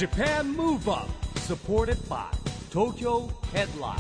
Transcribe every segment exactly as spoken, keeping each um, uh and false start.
Japan Move Up supported by Tokyo Headline。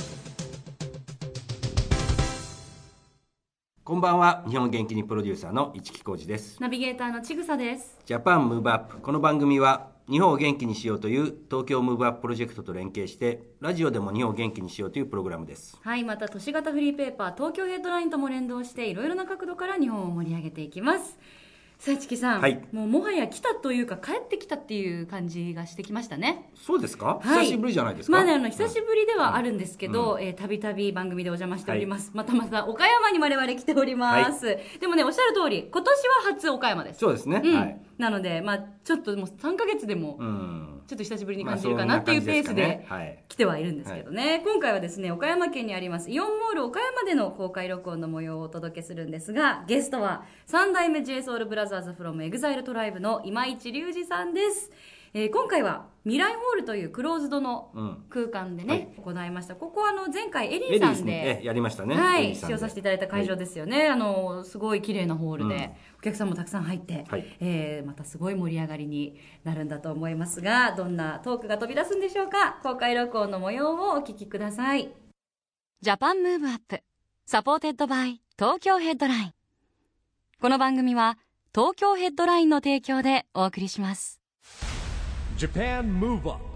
こんばんは。日本元気にプロデューサーの市木浩司です。 ナビゲーターのちぐさです。 ジャパンムーブアップ。この番組は日本を元気にしようという東京ムーブアッププロジェクトと連携してラジオでも日本を元気にしようというプログラムです。 はい、また都市型フリーペーパー東京ヘッドラインとも連動していろいろな角度から日本を盛り上げていきます。さあちきさん、 はい、 もうもはや来たというか帰ってきたっていう感じがしてきましたね。 そうですか、 はい、 久しぶりじゃないですか。 まあね、あの久しぶりではあるんですけど、うんえー、たびたび番組でお邪魔しております、はい、またまた岡山に我々来ております、はい、でもねおっしゃる通り今年は初岡山です。 そうですね、 うんはい、 なので、まあ、ちょっともうさんかげつでも、うんちょっと久しぶりに感じるかなっていうペースで来てはいるんですけどね、はい、今回はですね岡山県にありますイオンモール岡山での公開録音の模様をお届けするんですが、ゲストは三代目 ジェイソウルブラザーズ from エグザイルトライブの今市隆二さんです。えー、今回は未来ホールというクローズドの空間でね、うんはい、行いました。ここはあの前回エリーさんで、 ね、やりましたね、 はい、使用させていただいた会場ですよね、はい、あのすごい綺麗なホールで、うん、お客さんもたくさん入って、はいえー、またすごい盛り上がりになるんだと思いますが、どんなトークが飛び出すんでしょうか。公開録音の模様をお聞きください。ジャパンムーブアップサポーテッドバイ東京ヘッドライン。この番組は東京ヘッドラインの提供でお送りします。 Japan Move Up。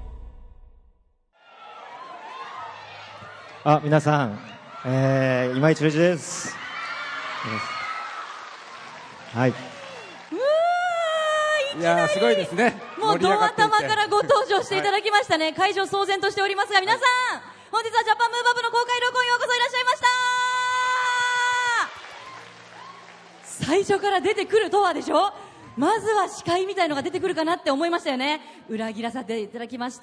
あ、皆さん、えー、今市隆二です。はい。うー、 いやーすごいですね。 もうド頭からご登場していただきましたね、はい、会場騒然としておりますが、皆さん、はい、本日はジャパンムーブアップの公開録音ようこそいらっしゃいました。最初から出てくるとはでしょ。まずは司会みたいのが出てくるかなって思いましたよね。裏切らせていただきました。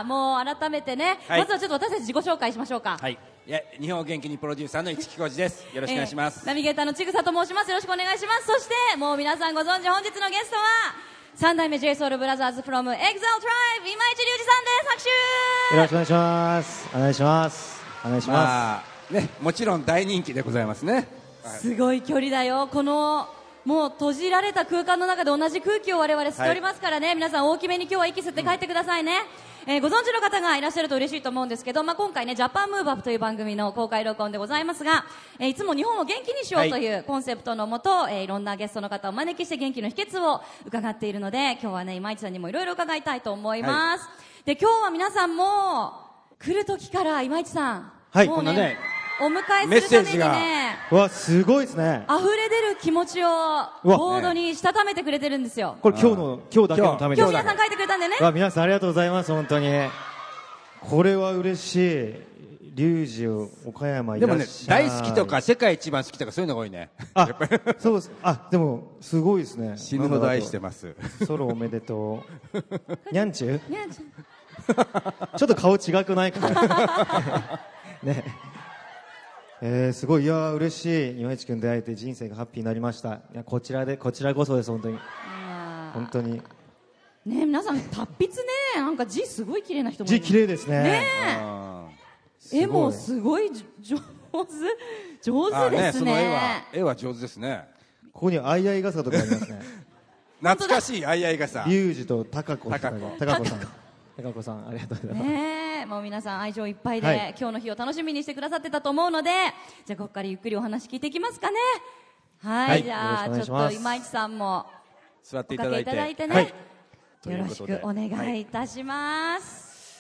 もう改めてね、はい、まずはちょっと私たち自己紹介しましょうか。 はい、いや日本を元気にプロデューサーの市木浩司です。よろしくお願いします、 えー、ナビゲーターのちぐさと申します。よろしくお願いします。そしてもう皆さんご存知、本日のゲストは三代目 ジェイソウルブラザーズ from エグザイルトライブ今市隆二さんです。拍手。 よろしくお願いします。お願いしますお願いします、まあね、もちろん大人気でございますね。 すごい距離だよ。このもう閉じられた空間の中で同じ空気を我々吸っておりますからね、はい、皆さん大きめに今日は息吸って帰ってくださいね、うんえー、ご存知の方がいらっしゃると嬉しいと思うんですけど、まあ、今回ねジャパンムーブアップという番組の公開録音でございますが、えー、いつも日本を元気にしようというコンセプトのもと、はいえー、いろんなゲストの方をお招きして元気の秘訣を伺っているので、今日はね今市さんにもいろいろ伺いたいと思います、はい、で今日は皆さんも来る時から今市さん、 はい、 もうこのねお迎えするためにね、 わすごいですね、 溢れ出る気持ちをボードにしたためてくれてるんですよ。 これ今日の今日だけのために今日皆さん書いてくれたんでね。 わ皆さんありがとうございます。本当にこれは嬉しい。隆二岡山いらっしゃい。 でもね大好きとか世界一番好きとかそういうのが多いね。 あそうです。あでもすごいですね。 死ぬほど愛してます。 ソロおめでとう。にゃんちゅうにゃんちゅうちょっと顔違くないかなねえー、すごい、いや嬉しい。今市君出会えて人生がハッピーになりました。いやこちらでこちらこそです。本当に本当にねえ皆さん達筆ね。なんか字すごい綺麗な人もいる。 字綺麗ですね。 ねえ絵もすごい上手上手ですね。 その絵は絵は上手ですね。 ここに相合い傘とかありますね懐かしい相合い傘。 隆二と高子高子高子さん高子さんありがとうございます。 ねえもう皆さん愛情いっぱいで、 はい、 今日の日を楽しみにしてくださってたと思うので、じゃあここからゆっくりお話聞いていきますかね。はい、はい、じゃあちょっと今市さんも座っていただいて、 おかけいただいてね、 はい、 よろしくお願いいたします、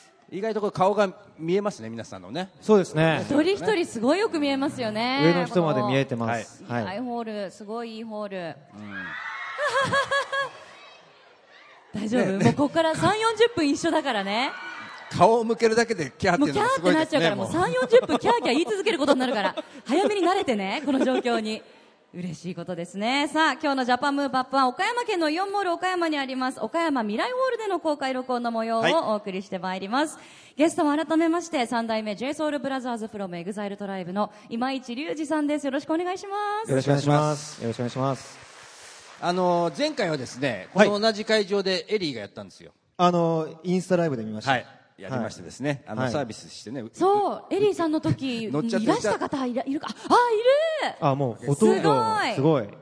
はい、意外とこれ顔が見えますね皆さんのね。 そうですね。 一人一人すごいよく見えますよね。 上の人まで見えてます。 はい、はい、ホールすごいいいホール、うん、大丈夫、ねね、もうここからさんじゅうよんじゅっぷん一緒だからね。 顔を向けるだけでキャーっていうのがすごいですね。もうキャーってなっちゃうからもうさんじゅうよんじゅっぷんキャーキャー言い続けることになるから早めに慣れてねこの状況に。嬉しいことですね。さあ今日のジャパンムーブアップは岡山県のイオンモール岡山にあります岡山未来ホールでの公開録音の模様をお送りしてまいります、はい、ゲストは改めまして三代目 ジェイソウルブラザーズ from エグザイルトライブの今市隆二さんです。よろしくお願いします。 よろしくお願いします。よろしくお願いします。 あの前回はですねこの同じ会場でエリーがやったんですよ。 あのインスタライブで見ました。 はいやりましてですね、はい、あのサービスしてね、はい、 そうエリーさんの時いらした方いらいるか。ああいる。 あもうほとんどすごい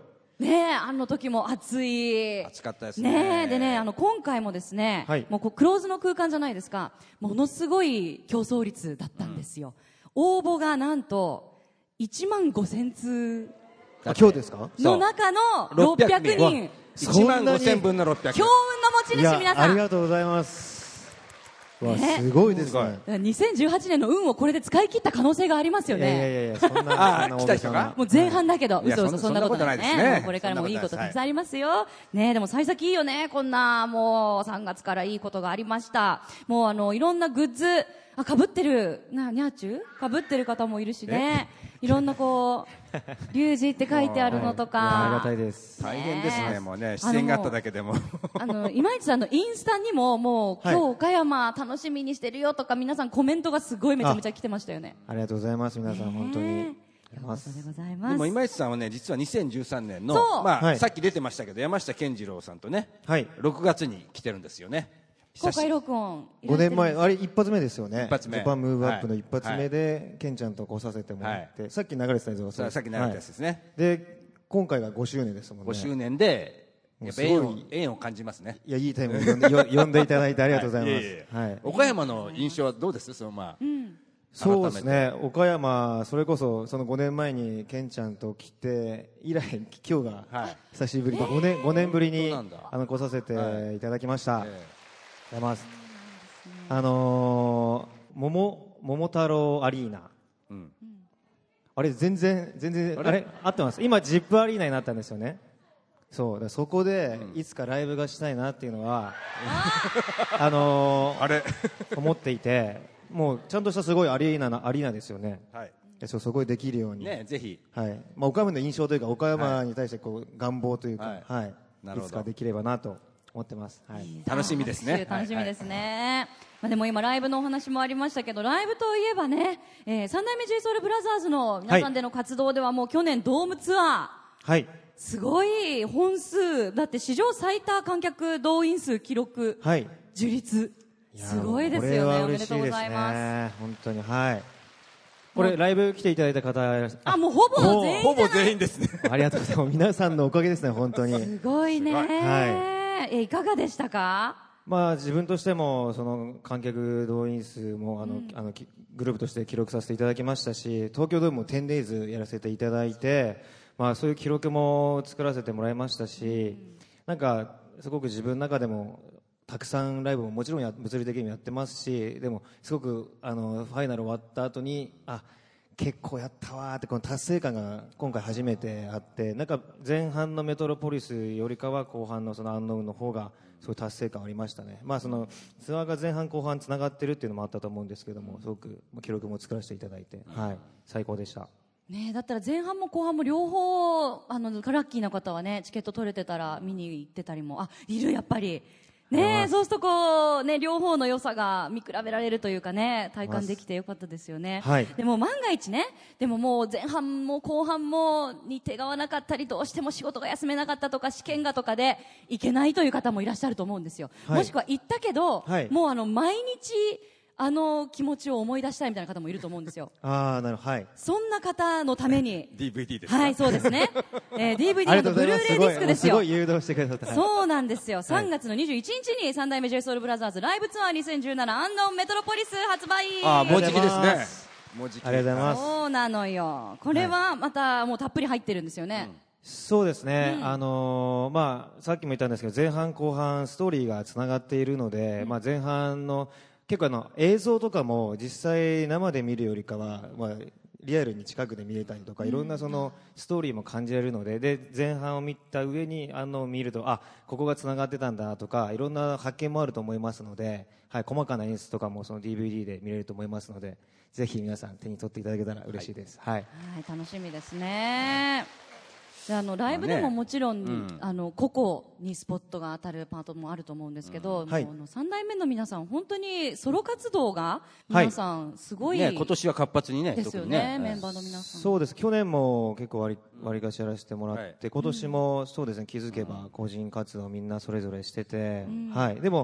ねえ、あの時も暑い。 暑かったですね。 ねえ、でね、あの、今回もですね、 はいもうこうクローズの空間じゃないですか、ものすごい競争率だったんですよ。応募がなんと、いちまんごせんつうあ、今日ですか？ の中のろっぴゃくにん。 いちまんごせんぶんのろっぴゃく。 強運の持ち主、皆いや、 さん。 ありがとうございます。わ、 ねすごいですすごいね。 だからにせんじゅうはちねんの運をこれで使い切った可能性がありますよいやいやね。 いやいや、そんな、 あそんな来た人がもう前半だけど、 いや嘘嘘、 そんそんなことないそんなことないですねもうこれからもいいことたくさんありますよ。ねでも幸先いいよね。こんな、もうさんがつからいいことがありました。もうあの、いろんなグッズ、あ、被ってる、な、にゃーちゅう被ってる方もいるしね。いろんなこう、リュウジって書いてあるのといやありがか。 たいです。 大変ですねね、もうね、出演があっただけでも。 あの、今市さんのインスタにも、もう、 はい今日岡山楽しみにしてるよとか、皆さんコメントがすごいめちゃめちゃ来てましたよね。 ありがとうございます、皆さん、本当に。 ねありがとうございまありがとうす。 ございます。 でも今市さんはね、実はにせんじゅうさんねんのそう、 まあ、 はいさっき出てましたけど、山下健二郎さんとね、 はい。 ろくがつに来てるんですよね。 公開久し録音。 ごねんまえ、あれ一発目ですよね。 一発目ジャパンムーブアップのはい一発目で、ケンちゃんと来させてもらって、さっき流れてた映像がそれささっき流れたやつですね。 はいで、今回がごしゅうねんですもんね。 ごしゅうねんで、やっぱもうすごい縁を縁を感じますね。 いや、いいタイミングで呼んで呼んでいただいてありがとうございまはいいえいえす。はい。 岡山の印象はどうですそのまあ、 そうですね、岡山、それこそそのごねんまえにケンちゃんと来て以来、今日がはい久しぶり、ごねん、ごねんぶりにそうなんだあの来させていただきました。ありがとうえございます。あのー、桃、桃太郎アリーナ。 えうんあれ、全然、全然、あれ、合ってます。今、ジップアリーナになったんですよね。そう、だからそこで、いつかライブがしたいなっていうのは、あのー、 あれ思っていて、もう、ちゃんとしたすごいアリーナな、アリーナですよね。 はいでそう、そこでできるように。 ねぜひはい。まあ、岡山の印象というか、岡山に対して、こう、願望というか、 はいはい。 なるほどいつかできればなと思ってます。はい。 楽しみですね楽しみですね。まあでも今ライブのお話もありましたけど、ライブといえばね、えー、三代目 j ソ o ルブラザーズの皆さんでの活動ではもう去年ドームツアー、 はい。 すごい本数、だって史上最多観客動員数記録、 はい。 樹立。 やすごいですよね。 これはおめでとうご嬉しいですざいます。 ね。本当に、はい。これ、ライブ来ていただいた方いらっしゃ、 あ、もうほぼ全員ほぼじゃない。 全員ですねありがとうございます。皆さんのおかげですね、本当に。 すごいね。 はえ、いかがでしたか？ まあ、自分としても、その観客動員数も、あの、あの、きグループとして記録させていただきましたし、東京ドームも テンデイズ やらせていただいて、まあ、そういう記録も作らせてもらいましたし、なんか、すごく自分の中でも、たくさんライブももちろんや物理的にもやってますし、でも、すごく、あの、ファイナル終わった後に、あ、結構やったわーってこの達成感が今回初めてあって、なんか前半のメトロポリスよりかは後半のそのアンノウンの方がすごい達成感ありましたね。まあそのツアーが前半後半つながってるっていうのもあったと思うんですけども、すごく記録も作らせていただいて、はい、最高でした。 ねえ、だったら前半も後半も両方あのラッキーな方はねチケット取れてたら見に行ってたりも、あ、いるやっぱりねえ、そうするとこうね両方の良さが見比べられるというかね、体感できてよかったですよね。 はい。 でも万が一ね、でももう前半も後半も日程が合わなかったり、どうしても仕事が休めなかったとか試験がとかで行けないという方もいらっしゃると思うんですよ。 はいもしくは行ったけど、 はいもうあの毎日あの気持ちを思い出したいみたいな方もいると思うんですよ。 ああ、なるほど、はい。 そんな方のためにディーブイディー ですかはい、そうですね。えー、ディーブイディーありがとうございます。 ブルーレイディスクですよ。 すごい誘導してくださって。はいそうなんですよ。さんがつのにじゅういちにちに三代目 j ソ o ルブラザーズライブツアーにせんじゅうななアンノンメトロポリス発売。 ああもうじきですありがとうございまねすもうじきありがとうございます。 そうなのよ。これはまたもうたっぷり入ってるんですよね。 そうですね、あのーまあ、さっきも言ったんですけど前半後半ストーリーがつながっているので、まあ、前半の結構あの映像とかも実際生で見るよりかは、まあ、リアルに近くで見れたりとかいろんなそのストーリーも感じられるので、で前半を見た上にあの見るとあここがつながってたんだとかいろんな発見もあると思いますので、はい、細かな演出とかもその ディーブイディー で見れると思いますのでぜひ皆さん手に取っていただけたら嬉しいです、はいはい、楽しみですね。であのライブでももちろん、 まあねうんあの個々にスポットが当たるパートもあると思うんですけど、 はいもうあの三代目の皆さん本当にソロ活動がはい皆さんすごい、 ね今年は活発にねですよ特にね、メンバーの皆さん。 そうです去年も結構割り割り貸しやらせてもらって、 はい今年もそうですね気づけば個人活動みんなそれぞれしてて、はい、でも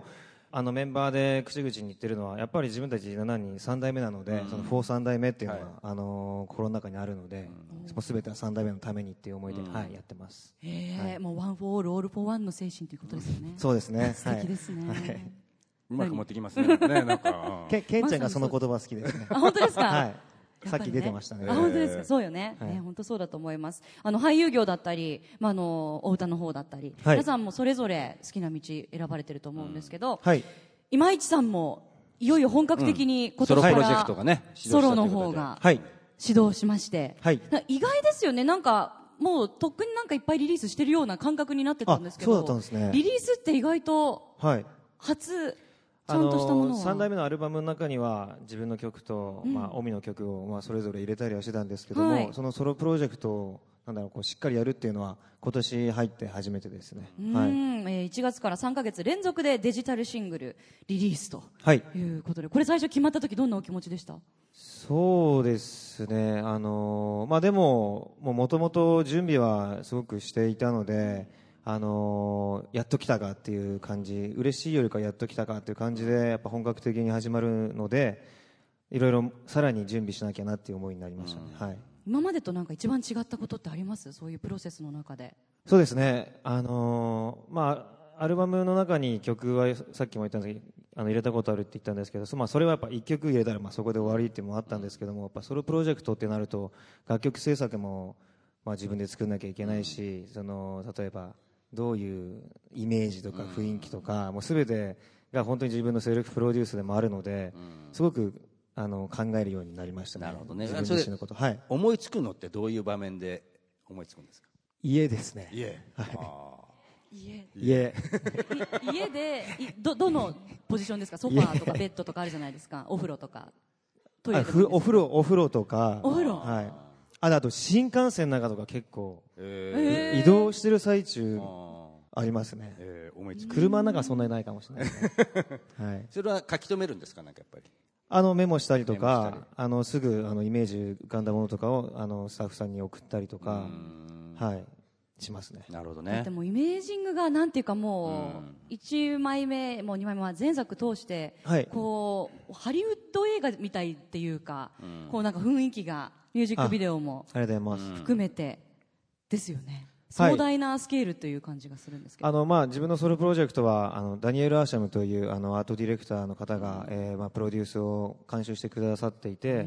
あのメンバーで口々に言ってるのはやっぱり自分たちしちにんさん代目なので、うん、そのよんさん代目っていうのは、はい、あのー、心の中にあるので、うん、もう全てはさん代目のためにっていう思いで、うん、はい、やってます。 へえ、はい、もうワンフォーオールオールフォーワンの精神ということですよね。 そうですね。 素敵ですね。はい、 うまく持ってきますね。ね、なんか、 けけんちゃんがその言葉好きですね。 あ、本当ですか。 はい。さっき出てましたね。 あ、本当ですか。そうよね。はい、ね、本当そうだと思います。あの俳優業だったり、まあ、あのお歌の方だったり、はい、皆さんもそれぞれ好きな道選ばれてると思うんですけど、うん、はい、今市さんもいよいよ本格的に今年からソロの方が始動しまして、はい、意外ですよね。なんかもうとっくになんかいっぱいリリースしてるような感覚になってたんですけど、 そうだったんですね。 リリースって意外と初、ちゃんとしたものは、 さん代目のアルバムの中には自分の曲と、うん、まあ、オミの曲を、まあ、それぞれ入れたりはしてたんですけども、はい、そのソロプロジェクトをなんだろう、こうしっかりやるっていうのは今年入って初めてですね。 うん、はい、えー、いちがつからさんかげつ連続でデジタルシングルリリースということで、はい、これ最初決まった時どんなお気持ちでした？ そうですね、あのーまあ、でももともと準備はすごくしていたので、あのー、やっと来たかっていう感じ、嬉しいよりかやっと来たかっていう感じでやっぱ本格的に始まるので、いろいろさらに準備しなきゃなっていう思いになりましたね。うん、はい、 今までとなんか一番違ったことってあります？そういうプロセスの中で。 そうですね、あのー、まあアルバムの中に曲はさっきも言ったんですけど、あの入れたことあるって言ったんですけど、そ、まあ、それはやっぱいっきょく入れたらまあそこで終わりっていうのもあったんですけども、やっぱソロプロジェクトってなると楽曲制作もまあ自分で作んなきゃいけないし、その例えばどういうイメージとか雰囲気とか、もう全てが本当に自分のセルフプロデュースでもあるので、すごくあの考えるようになりましたね。 なるほどね。 自分自身のこと、はい、 思いつくのってどういう場面で思いつくんですか？ 家ですね。 家、 はい、 あ家家家でどどのポジションですか？ソファーとかベッドとかあるじゃないですか。お風呂とかトイレとか。 お風呂お風呂とか。 お風呂、 はい、あ, あと新幹線の中とか結構、えー、移動してる最中ありますね。えー、思いつく。車の中はそんなにないかもしれないですね。 はい、それは書き留めるんですか？なんかやっぱりあのメモしたりとか、あのすぐあのイメージ浮かんだものとかをあのスタッフさんに送ったりとか、はい、しますね。 なるほどね。 だってもうイメージングがなんていうか、もういちまいめもにまいめは前作通して、はい、こうハリウッド映画みたいっていうか、うん、こうなんか雰囲気がミュージックビデオも含めてですよね。壮大なスケールという感じがするんですけど、 はい、あのまあ、自分のソロプロジェクトはあのダニエル・アーシャムというあのアートディレクターの方が、うん、えーまあ、プロデュースを監修してくださっていて、うん、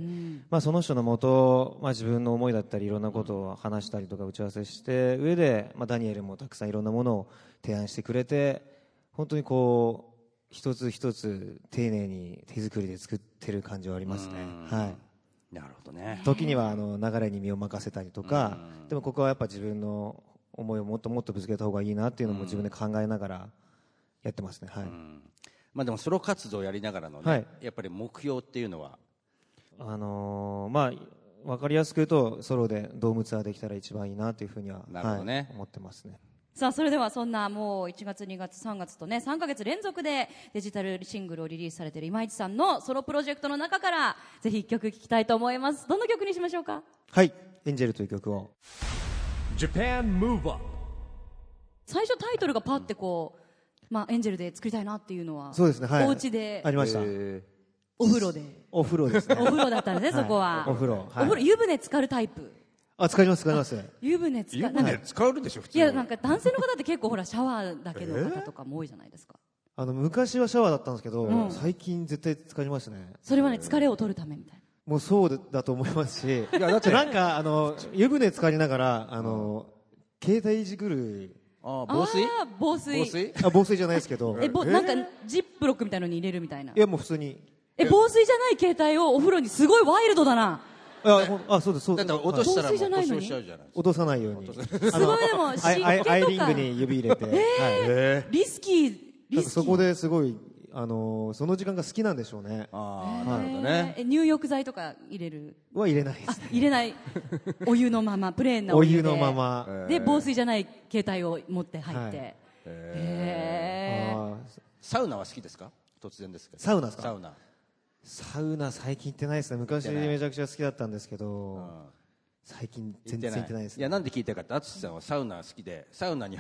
まあ、その人のもと、まあ、自分の思いだったりいろんなことを話したりとか打ち合わせして上で、まあ、ダニエルもたくさんいろんなものを提案してくれて、本当にこう一つ一つ丁寧に手作りで作ってる感じはありますね。はい、 なるほどね。 時にはあの流れに身を任せたりとか、でもここはやっぱ自分の思いをもっともっとぶつけた方がいいなっていうのも自分で考えながらやってますね。はい、うん、 まあ、でもソロ活動をやりながらの、ね、はい、やっぱり目標っていうのは、 あのー、まあ分かりやすく言うとソロでドームツアーできたら一番いいなというふうには、なるほどね、はい、思ってますね。 さあそれではそんなもういちがつにがつさんがつとねさんかげつ連続でデジタルシングルをリリースされている今市さんのソロプロジェクトの中からぜひいっきょく聴きたいと思います。どの曲にしましょうか？ はい、エンジェルという曲を。 Japan Move Up。 最初タイトルがパッてこう、まあ、エンジェルで作りたいなっていうのは、 そうですね、はい、 お家でありました。 お風呂でお風呂ですね。 お風呂だったんですね、そこは。 お風呂、はい、 お風呂湯船浸かるタイプ。 あ、使います使います。 湯船浸か湯船使るでしょ普通。 いや、なんか男性の方って結構ほらシャワーだけの方とかも多いじゃないですか。 あの昔はシャワーだったんですけど、うん、最近絶対使いますね。 それはね、疲れを取るためみたいな。 もうそうだと思いますし、いやだってなんかあの湯船浸かりながらあの、うん、携帯いじくる。 あ、防水？ あ、防水。 防水？あ、防水じゃないですけど。 え、ぼ、なんかジップロックみたいのに入れるみたいな。 いやもう普通に。 え、防水じゃない携帯をお風呂に、すごいワイルドだな。 あ、あ、そうですそうです。 だって落としたらもう故障しちゃうじゃない。 落とさないように。すごいでも湿気とか。 アイリングに指入れて。 えー、リスキー。リスキー。 そこですごい。あのー、その時間が好きなんでしょうね。 ああ、なるほどね。 え、入浴剤とか入れる？ は入れないですね。 入れない。お湯のまま、プレーンなお湯で。 お湯のまま。 で、防水じゃない携帯を持って入って。はい、へー。サウナは好きですか？突然ですけど。 サウナですか？ サウナ。 サウナ最近行ってないですね。昔めちゃくちゃ好きだったんですけど、うん、最近全然行ってないですね。 いや、なんで聞いたかって、淳さんはサウナ好きで、サウナに入って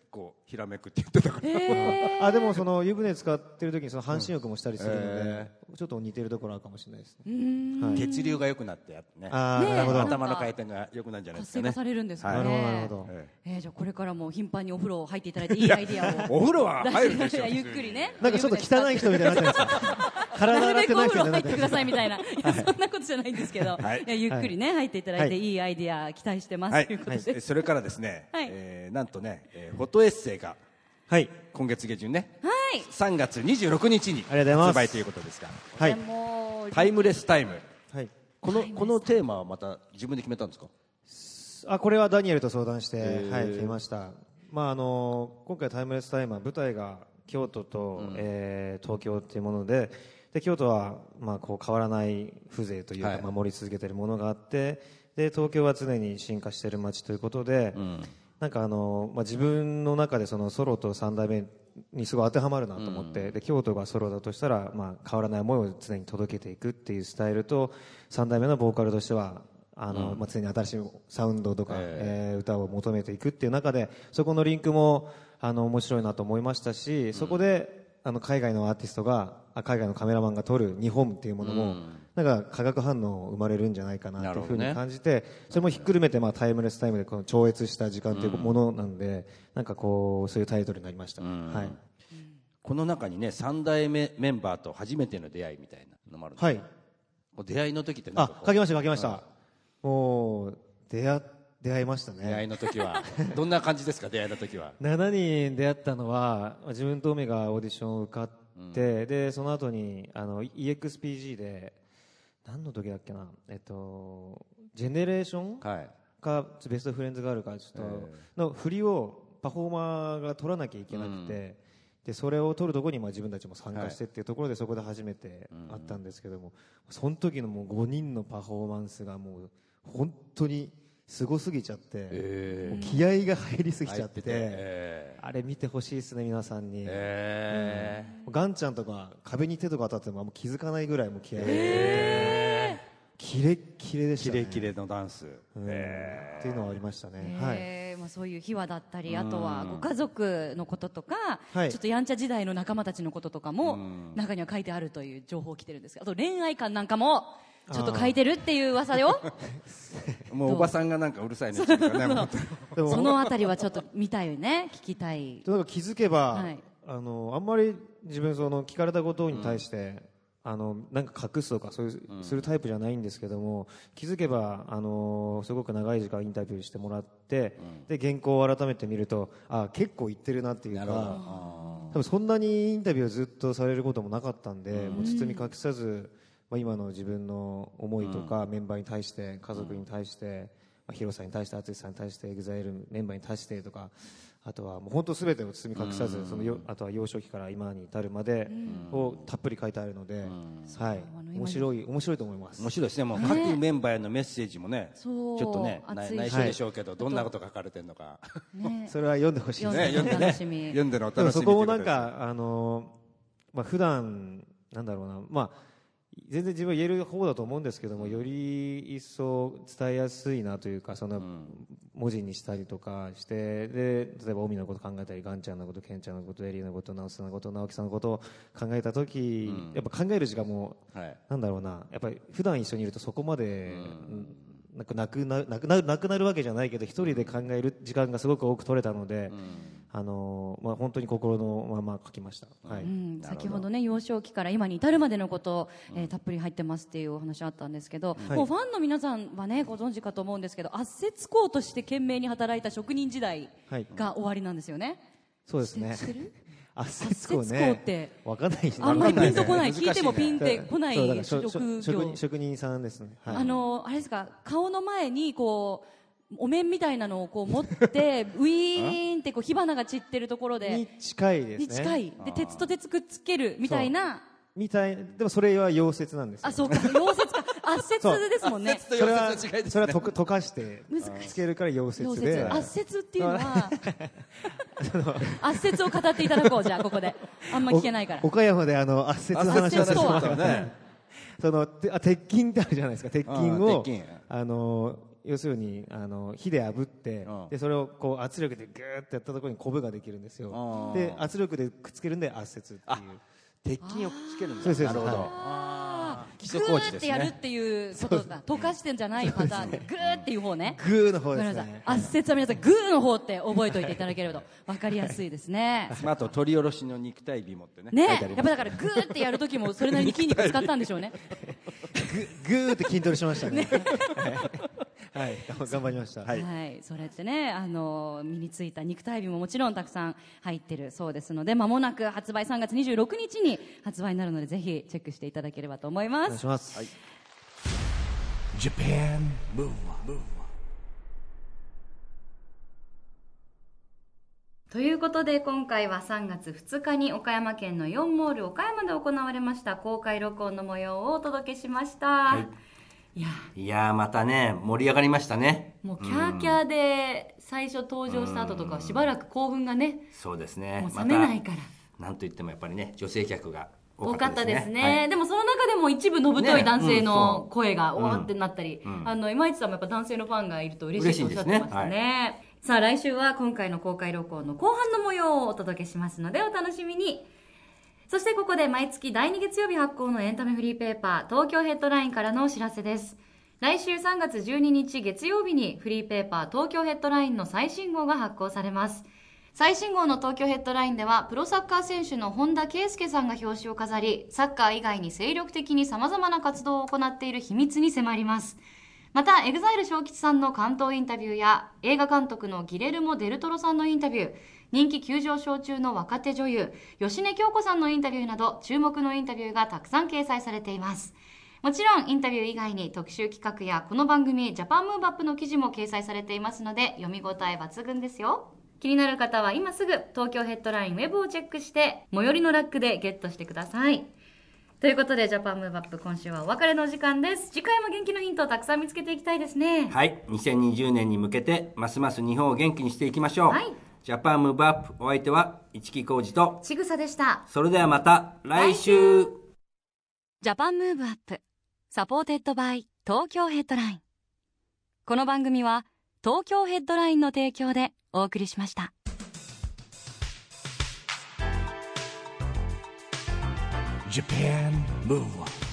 構ひらめくって言ってたから、 えー、 あでもその湯船使ってる時にその半身浴もしたりするので、 うんえちょっと似てるところあるかもしれないですね。 うーんはい血流が良くなってやってね、 ねえあーなるほど。 頭の回転が良くなるんじゃないですかね。 活性化されるんですかね。 なるほどなるほど。 ええー、じゃあこれからも頻繁にお風呂入っていただいていいアイディアをえお風呂は入るでしょ。 ゆっくりね。 なんかちょっと汚い人みたいになってるんですか。体なるべくお洗ってない人風呂入ってくだみたいになってる。 さいみたいな、いやそんなことじゃないんですけど、 はいいやゆっくりね、入っていただいて、 はいいいアイディア期待してます、 はいということで、 えそれからですね、 はいえーなんとね、えーフォトエッセイがはい。 今月下旬ね、 はい、 さんがつにじゅうろくにちにありがとうございます発売ということですが、 はい。 でもタイムレスタイム、 はい。 このこのテーマはまた自分で決めたんですか。 あこれはダニエルと相談して、 ーはい、決めました。まああの今回タイムレスタイムは舞台が京都と、えー東京っていうもので、で京都はまあこう変わらない風情というか、 はい守り続けているものがあって、で東京は常に進化している街ということで、なんかあのまあ自分の中でそのソロと三代目にすごい当てはまるなと思って、で京都がソロだとしたら、まあ変わらない思いを常に届けていくっていうスタイルと、三代目のボーカルとしてはあのまあ、常に新しいサウンドとか、えー歌を求めていくっていう中で、そこのリンクもあの面白いなと思いましたし、そこであの海外のアーティストがあ海外のカメラマンが撮る日本っていうものも、なんか化学反応生まれるんじゃないかなというふうに感じて、それもひっくるめて、まあ、タイムレスタイムでこの超越した時間というものなんで、なんかこうそういうタイトルになりました。はい、 この中にね三代目メンバーと初めての出会いみたいなのもあるんですか。 はい、 こう出会いの時ってなんあかこう書きました書きました、もう出会出会いましたね。 出会いの時はどんな感じですか。出会いの時はしちにん出会ったのは、自分と梅がオーディションを受かって、うん、でその後にあの イーエックスピージー で何の時だっけな、えっとジェネレーションか、はい、ベストフレンズがあるからちょっと、えー、の振りをパフォーマーが取らなきゃいけなくて、うん、でそれを取るところにまあ自分たちも参加してっていうところで、そこで初めて会ったんですけども、その時のもうごにんのパフォーマンスがもう本当にすごすぎちゃって、えー、もう気合が入りすぎちゃって、えー、あれ見てほしいですね皆さんに、えーうん、ガンちゃんとか壁に手とか当たってももう気づかないぐらいもう気合が入ってて、えー、キレッキレでしたね。 キレキレのダンス、 うんえー、っていうのはありましたね、 えーはい、まあ、そういう秘話だったり、あとはご家族のこととか、 はい、 ちょっとやんちゃ時代の仲間たちのこととかも中には書いてあるという情報来てるんですが、あと恋愛観なんかもちょっと書いてるっていう噂よもうおばさんがなんかうるさいねねそのあたりはちょっと見たいね、聞きたい。 なんか気づけば、はい、あのあんまり自分その聞かれたことに対して、うんあのなんか隠すとかそういう、うん、するタイプじゃないんですけども、気づけばあのすごく長い時間インタビューしてもらって、うん、で原稿を改めて見るとあ結構言ってるなっていうか、多分そんなにインタビューをずっとされることもなかったんで、うん、もう包み隠さず、まあ、今の自分の思いとか、うん、メンバーに対して家族に対して、まあ、ヒロさんに対して淳さんに対して エグザイル メンバーに対してとか、あとはもう本当すべてを包み隠さず、うん、そのよあとは幼少期から今に至るまでをたっぷり書いてあるので、うん、はい、面白い面白いと思います。 面白いですね。もう各メンバーへのメッセージもね、ちょっとね内緒でしょうけど、はい、どんなこと書かれてるのか、 ね、それは読んでほしいですね。読んでね、読んでのお楽しみ。でもそこもなんかあのまあ普段なんだろうな、まあ全然自分は言える方だと思うんですけども、より一層伝えやすいなというか、その文字にしたりとかして、で例えばオミのこと考えたり、ガンちゃんのこと、ケンちゃんのこと、エリーのこと、ナオスのこと、直樹さんのことを考えたとき、うん、やっぱ考える時間も、はい、なんだろうな、やっぱり普段一緒にいるとそこまで、うんなくなくななくななくなるわけじゃないけど、一人で考える時間がすごく多く取れたので、うんあのまあ、本当に心のまま書きました、はいうん、先ほどね幼少期から今に至るまでのこと、えー、たっぷり入ってますっていうお話あったんですけど、はい、もうファンの皆さんはねご存知かと思うんですけど、圧接工として懸命に働いた職人時代が終わりなんですよね、はい、 そうですね。 知ってる圧接工ね、 ってわかんないし、 あんまりピンとこない、聞いてもピンってこない職業、職人さんですね、 はい、あのあれですか、顔の前にこうお面みたいなのをこう持ってウィーンってこう火花が散ってるところでに近いですね。 に近いで鉄と鉄くっつけるみたいなみたい。でもそれは溶接なんですよ。 あ、そうか、溶接か、圧接ですもんね。 それはそれは溶かしてつけるから溶接で、 圧接っていうのは圧接を語っていただこう。じゃあここであんま聞けないから、 岡山であの圧接の話をさせてもらったらね、その鉄筋ってあるじゃないですか。鉄筋をあの要するにあの火で炙って、 うん、 でそれをこう圧力でグーってやったところにコブができるんですよ。で圧力でくっつけるんで圧接っていう。 鉄筋をくっつけるんです。 なるほど。 あ基礎工事ですね。 グーってやるっていうことだ。溶かしてんじゃないパターンで、グーっていう方ね。 グーの方ですね。 圧接は皆さんグーの方って覚えておいていただければと分かりやすいですね。 あと取り下ろしの肉体美もってね。 ね、やっぱだからグーってやる時もそれなりに筋肉使ったんでしょうね。 グーって筋トレしましたね。はい、頑張りました。 はい、はい、それってね、あの身についた肉体美ももちろんたくさん入ってるそうですので、間もなく発売さんがつにじゅうろくにちに発売になるので、ぜひチェックしていただければと思います。 お願いします。はい、 Japan Move Up。 ということで、今回はさんがつふつかに岡山県のイオンモール岡山で行われました公開録音の模様をお届けしました。はい、いやいやまたね盛り上がりましたね。 もうキャーキャーで最初登場した後とかしばらく興奮がね、 そうですね、 もう冷めないから、 ま、なんといってもやっぱりね女性客が多かったですね。はい、でもその中でも一部のぶとい男性の声がおわってなったり、ね、うん、あの今市さんもやっぱ男性のファンがいると嬉しいとおっしゃってましたね。ね、はい、さあ来週は今回の公開録音の後半の模様をお届けしますのでお楽しみに。そしてここで毎月だいに月曜日発行のエンタメフリーペーパー東京ヘッドラインからのお知らせです。来週さんがつじゅうににち月曜日にフリーペーパー東京ヘッドラインの最新号が発行されます。最新号の東京ヘッドラインではプロサッカー選手の本田圭佑さんが表紙を飾り、サッカー以外に精力的に様々な活動を行っている秘密に迫ります。また エグザイル 小吉さんの関東インタビューや映画監督のギレルモ・デルトロさんのインタビュー、人気急上昇中の若手女優芳根京子さんのインタビューなど注目のインタビューがたくさん掲載されています。もちろんインタビュー以外に特集企画やこの番組ジャパンムーブアップの記事も掲載されていますので読み応え抜群ですよ。気になる方は今すぐ東京ヘッドラインウェブをチェックして最寄りのラックでゲットしてください。ということでジャパンムーブアップ今週はお別れの時間です。次回も元気のヒントをたくさん見つけていきたいですね。 はい、にせんにじゅうねんに向けてますます日本を元気にしていきましょう。はい、ジャパンムーブアップ、お相手は市木浩二とちぐさでした。 それではまた来週。ジャパンムーブアップサポーテッドバイ東京ヘッドライン。この番組は東京ヘッドラインの提供でお送りしました。 Japan Move Up。